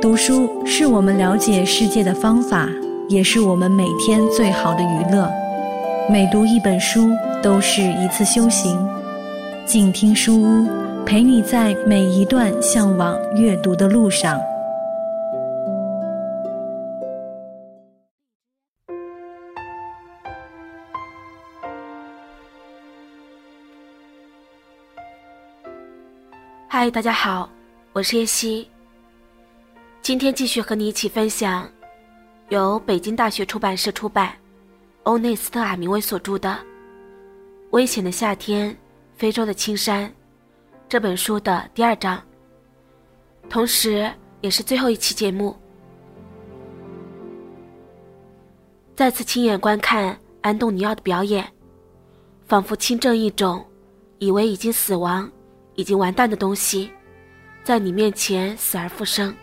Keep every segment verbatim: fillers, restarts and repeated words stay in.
读书是我们了解世界的方法，也是我们每天最好的娱乐。每读一本书都是一次修行。静听书屋，陪你在每一段向往阅读的路上。 嗨，大家好，我是叶希。今天继续和你一起分享由北京大学出版社出版，欧内斯特·海明威所著的《危险的夏天：非洲的青山》这本书的第二章，同时也是最后一期节目。再次亲眼观看安东尼奥的表演，仿佛亲证一种以为已经死亡、已经完蛋的东西，在你面前死而复生。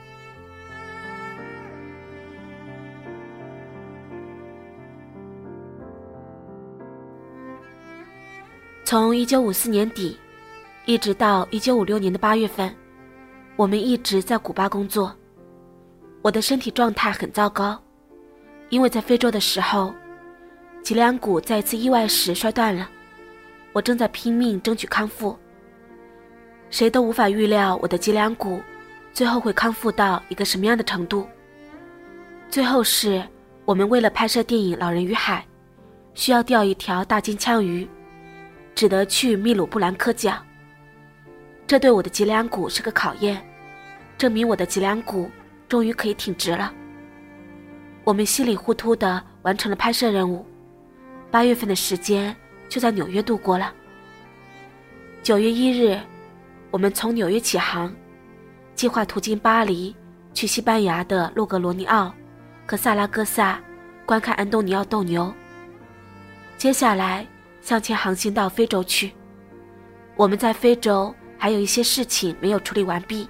从一九五四年底一直到一九五六年的八月份，我们一直在古巴工作。我的身体状态很糟糕，因为在非洲的时候，脊梁骨在一次意外时摔断了，我正在拼命争取康复。谁都无法预料我的脊梁骨最后会康复到一个什么样的程度。最后是我们为了拍摄电影《老人与海》，需要钓一条大金枪鱼，只得去秘鲁布兰科角。这对我的脊梁骨是个考验，证明我的脊梁骨终于可以挺直了。我们稀里糊涂地完成了拍摄任务，八月份的时间就在纽约度过了。九月一日，我们从纽约起航，计划途经巴黎，去西班牙的洛格罗尼奥和萨拉戈萨观看安东尼奥斗牛。接下来向前航行到非洲去。我们在非洲还有一些事情没有处理完毕。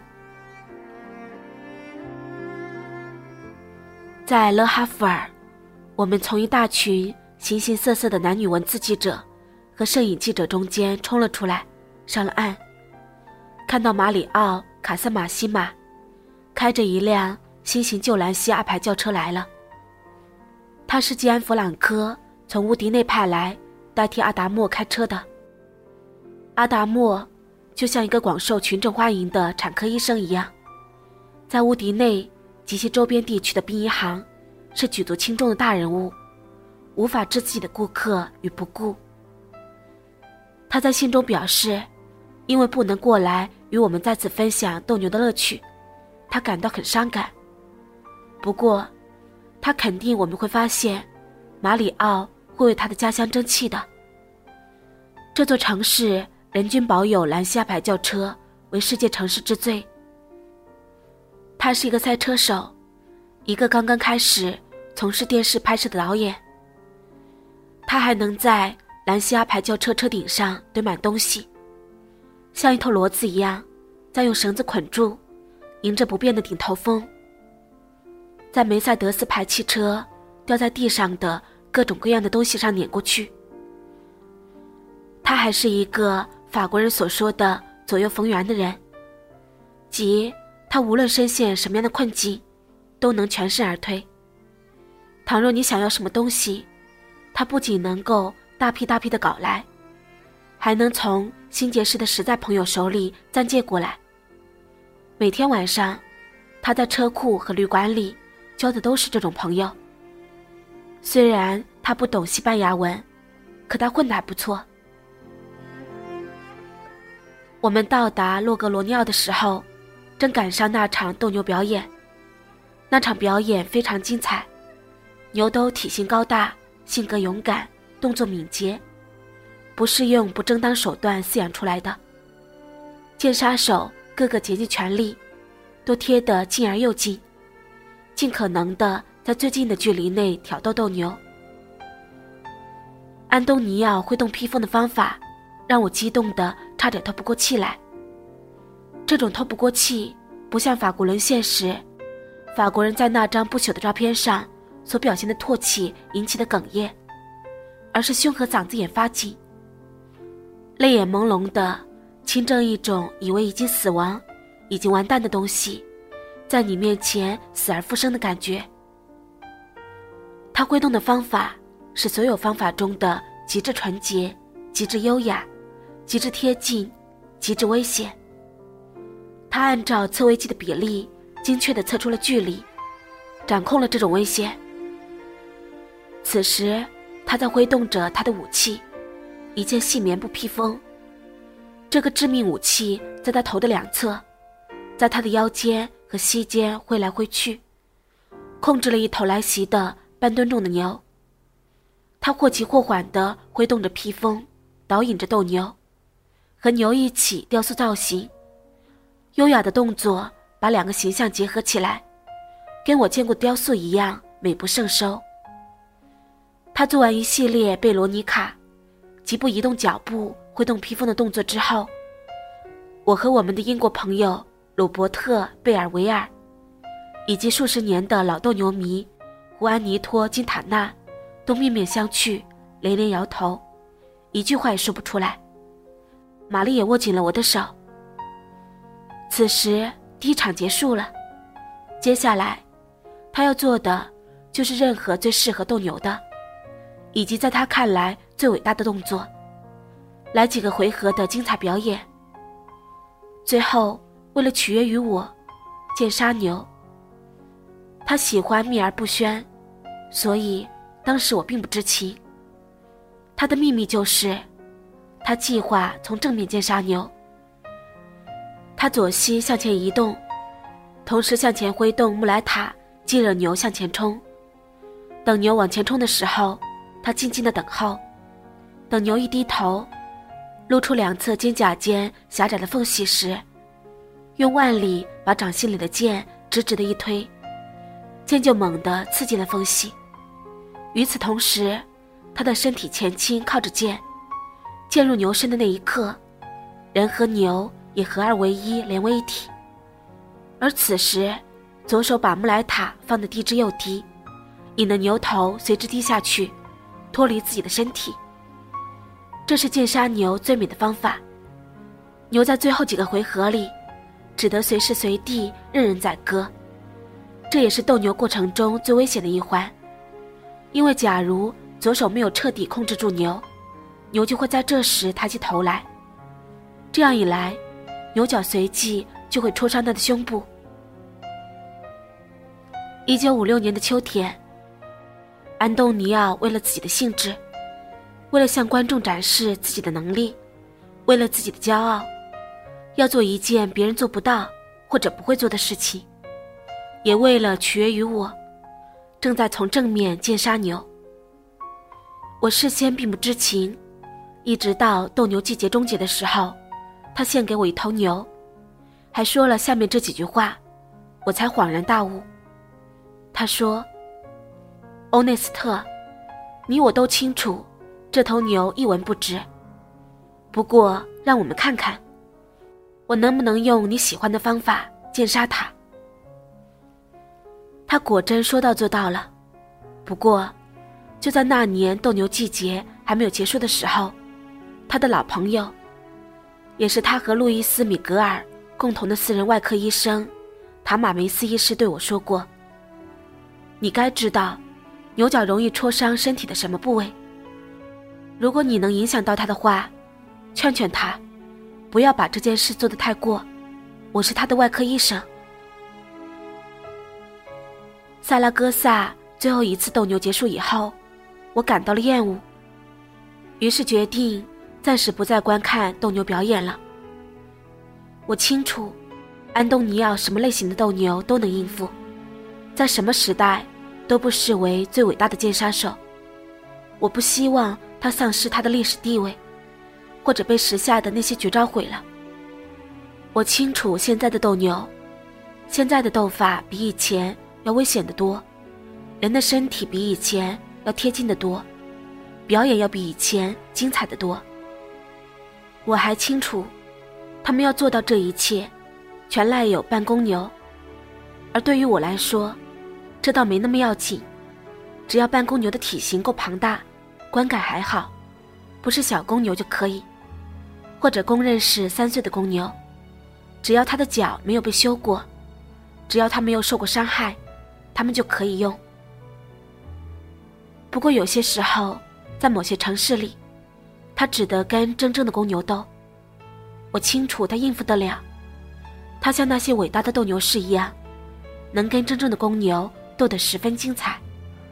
在勒哈弗尔，我们从一大群形形色色的男女文字记者和摄影记者中间冲了出来，上了岸，看到马里奥·卡萨马西马开着一辆新型旧兰西阿牌轿车来了。他是基安·弗朗科从乌迪内派来代替阿达莫开车的。阿达莫就像一个广受群众欢迎的产科医生一样，在乌迪内及其周边地区的殡仪行是举足轻重的大人物，无法置自己的顾客于不顾。他在信中表示，因为不能过来与我们在此分享斗牛的乐趣，他感到很伤感。不过他肯定我们会发现马里奥会为他的家乡争气的。这座城市人均保有兰西亚牌轿车为世界城市之最。他是一个赛车手，一个刚刚开始从事电视拍摄的导演。他还能在兰西亚牌轿车车顶上堆满东西，像一头骡子一样，再用绳子捆住，迎着不变的顶头风，在梅赛德斯牌汽车掉在地上的各种各样的东西上碾过去。他还是一个法国人所说的左右逢源的人，即他无论身陷什么样的困境，都能全身而退。倘若你想要什么东西，他不仅能够大批大批的搞来，还能从新结识的实在朋友手里暂借过来。每天晚上，他在车库和旅馆里交的都是这种朋友。虽然他不懂西班牙文，可他混得还不错。我们到达洛格罗尼奥的时候，正赶上那场斗牛表演。那场表演非常精彩，牛都体型高大，性格勇敢，动作敏捷，不是用不正当手段饲养出来的。剑杀手个个竭尽全力，都贴得近而又近，尽可能的在最近的距离内挑逗斗牛。安东尼奥挥动披风的方法让我激动得差点透不过气来。这种透不过气不像法国沦陷时法国人在那张不朽的照片上所表现的唾弃引起的哽咽，而是胸和嗓子眼发紧，泪眼朦胧的亲证一种以为已经死亡已经完蛋的东西在你面前死而复生的感觉。他挥动的方法是所有方法中的极致纯洁，极致优雅，极致贴近，极致危险。他按照测危机的比例精确地测出了距离，掌控了这种危险。此时他在挥动着他的武器，一件细棉布披风。这个致命武器在他头的两侧，在他的腰间和膝间挥来挥去，控制了一头来袭的半吨重的牛。他或急或缓地挥动着披风，导引着斗牛，和牛一起雕塑造型。优雅的动作把两个形象结合起来，跟我见过雕塑一样美不胜收。他做完一系列贝罗尼卡疾步移动脚步挥动披风的动作之后，我和我们的英国朋友鲁伯特·贝尔维尔以及数十年的老斗牛迷胡安尼托·金塔纳都面面相觑，连连摇头，一句话也说不出来。玛丽也握紧了我的手。此时第一场结束了，接下来他要做的就是任何最适合斗牛的，以及在他看来最伟大的动作，来几个回合的精彩表演。最后为了取悦于我，见杀牛。他喜欢秘而不宣，所以当时我并不知情。他的秘密就是他计划从正面见杀牛。他左膝向前移动，同时向前挥动穆莱塔，激惹牛向前冲。等牛往前冲的时候，他静静地等候，等牛一低头，露出两侧肩胛间狭窄的缝隙时，用腕力把掌心里的剑直直地一推，剑就猛地刺进了缝隙。与此同时，他的身体前倾靠着剑，剑入牛身的那一刻，人和牛也合二为一，连为一体。而此时左手把穆莱塔放得低之又低，引得牛头随之低下去，脱离自己的身体。这是剑杀牛最美的方法。牛在最后几个回合里只得随时随地任人宰割，这也是斗牛过程中最危险的一环。因为假如左手没有彻底控制住牛，牛就会在这时抬起头来，这样一来，牛角随即就会戳伤他的胸部。一九五六年的秋天，安东尼奥为了自己的兴致，为了向观众展示自己的能力，为了自己的骄傲，要做一件别人做不到或者不会做的事情，也为了取悦于我，正在从正面见杀牛。我事先并不知情，一直到斗牛季节终结的时候，他献给我一头牛，还说了下面这几句话，我才恍然大悟。他说：欧内斯特，你我都清楚这头牛一文不值，不过让我们看看我能不能用你喜欢的方法剑杀它。他果真说到做到了。不过就在那年斗牛季节还没有结束的时候，他的老朋友，也是他和路易斯·米格尔共同的私人外科医生塔马梅斯医师对我说过，你该知道牛角容易戳伤身体的什么部位。如果你能影响到他的话，劝劝他不要把这件事做得太过，我是他的外科医生。萨拉戈萨最后一次斗牛结束以后，我感到了厌恶，于是决定暂时不再观看斗牛表演了。我清楚安东尼奥什么类型的斗牛都能应付，在什么时代都不失为最伟大的剑杀手。我不希望他丧失他的历史地位，或者被时下的那些绝招毁了。我清楚现在的斗牛，现在的斗法比以前要危险得多，人的身体比以前要贴近得多，表演要比以前精彩得多。我还清楚他们要做到这一切全赖有半公牛，而对于我来说这倒没那么要紧，只要半公牛的体型够庞大，观感还好，不是小公牛就可以，或者公认是三岁的公牛，只要他的脚没有被修过， 只要它没有受过伤害，它们就可以用。不过有些时候，在某些城市里，它只得跟真正的公牛斗。我清楚它应付得了，它像那些伟大的斗牛士一样，能跟真正的公牛斗得十分精彩。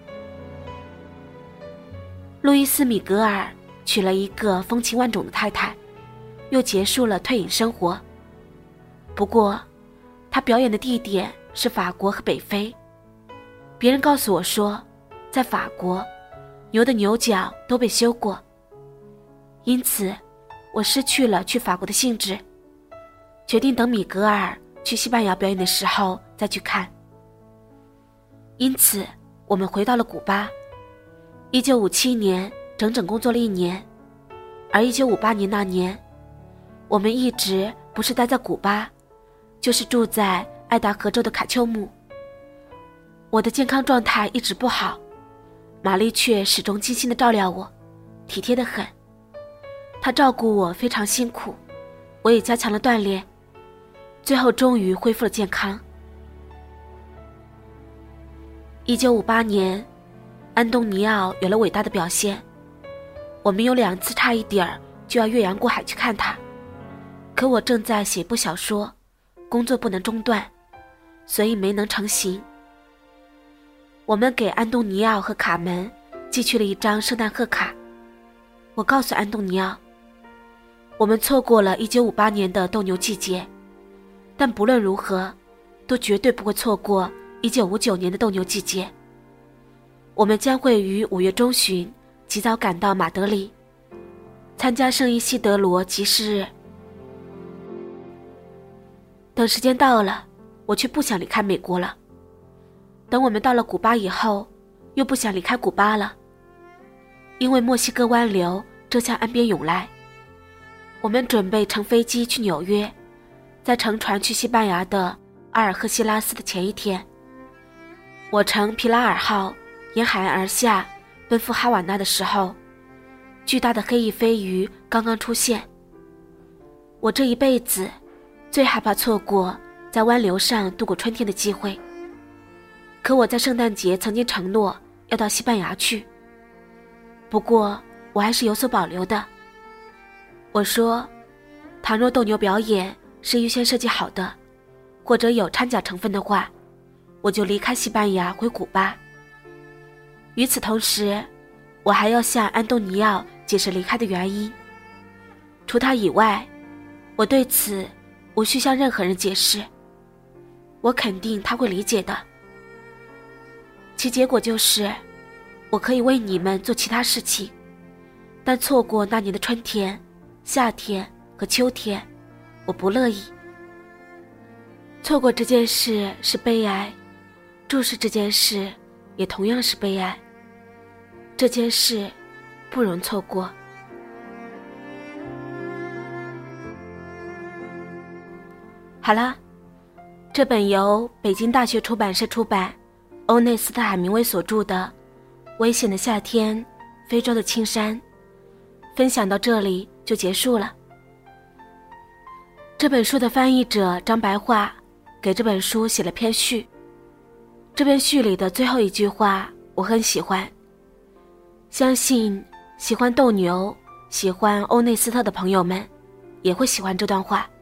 路易斯·米格尔娶了一个风情万种的太太，又结束了退隐生活。不过他表演的地点是法国和北非。别人告诉我说，在法国牛的牛角都被修过，因此我失去了去法国的兴致，决定等米格尔去西班牙表演的时候再去看。因此我们回到了古巴。一九五七年整整工作了一年，而一九五八年那年，我们一直不是待在古巴，就是住在爱达荷州的卡丘姆。我的健康状态一直不好，玛丽却始终精心地照料我，体贴得很。她照顾我非常辛苦，我也加强了锻炼，最后终于恢复了健康。一九五八年，安东尼奥有了伟大的表现，我们有两次差一点儿就要越洋过海去看他，可我正在写一部小说，工作不能中断，所以没能成行。我们给安东尼奥和卡门寄去了一张圣诞贺卡。我告诉安东尼奥，我们错过了一九五八年的斗牛季节，但不论如何都绝对不会错过一九五九年的斗牛季节。我们将会于五月中旬及早赶到马德里，参加圣伊西德罗集市日。等时间到了，我却不想离开美国了。等我们到了古巴以后，又不想离开古巴了，因为墨西哥湾流正向岸边涌来。我们准备乘飞机去纽约，在乘船去西班牙的阿尔赫西拉斯的前一天，我乘皮拉尔号沿海岸而下，奔赴哈瓦那的时候，巨大的黑翼飞鱼刚刚出现。我这一辈子最害怕错过在湾流上度过春天的机会。可我在圣诞节曾经承诺要到西班牙去，不过我还是有所保留的。我说，倘若斗牛表演是预先设计好的，或者有掺假成分的话，我就离开西班牙回古巴。与此同时，我还要向安东尼奥解释离开的原因。除他以外，我对此无需向任何人解释，我肯定他会理解的。其结果就是，我可以为你们做其他事情，但错过那年的春天、夏天和秋天，我不乐意。错过这件事是悲哀，注视这件事也同样是悲哀。这件事不容错过。好了，这本由北京大学出版社出版，欧内斯特·海明威所著的《危险的夏天，非洲的青山》分享到这里就结束了。这本书的翻译者张白桦给这本书写了篇序，这篇序里的最后一句话我很喜欢，相信喜欢斗牛、喜欢欧内斯特的朋友们也会喜欢这段话。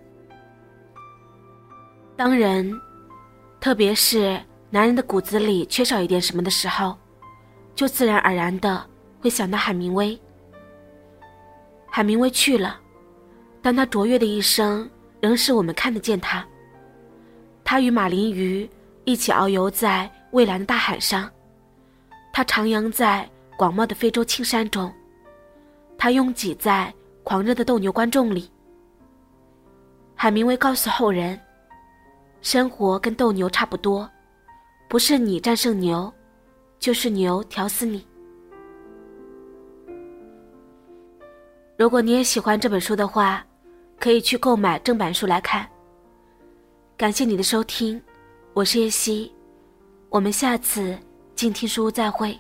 当人，特别是男人的骨子里缺少一点什么的时候，就自然而然地会想到海明威。海明威去了，但他卓越的一生仍是我们看得见他。他与马林鱼一起遨游在蔚蓝的大海上，他徜徉在广袤的非洲青山中，他拥挤在狂热的斗牛观众里。海明威告诉后人，生活跟斗牛差不多，不是你战胜牛，就是牛挑死你。如果你也喜欢这本书的话，可以去购买正版书来看。感谢你的收听，我是叶希，我们下次静听书屋再会。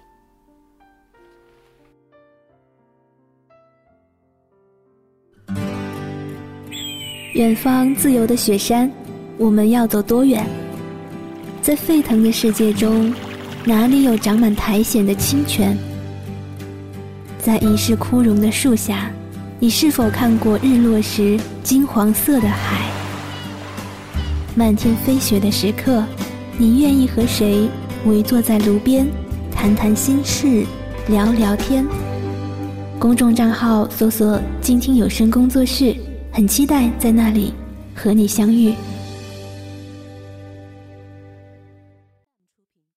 远方自由的雪山，我们要走多远？ 在沸腾的世界中，哪里有长满苔藓的清泉？在一世枯荣的树下，你是否看过日落时金黄色的海？漫天飞雪的时刻，你愿意和谁围坐在炉边，谈谈心事，聊聊天？公众账号搜索静听有声工作室，很期待在那里和你相遇。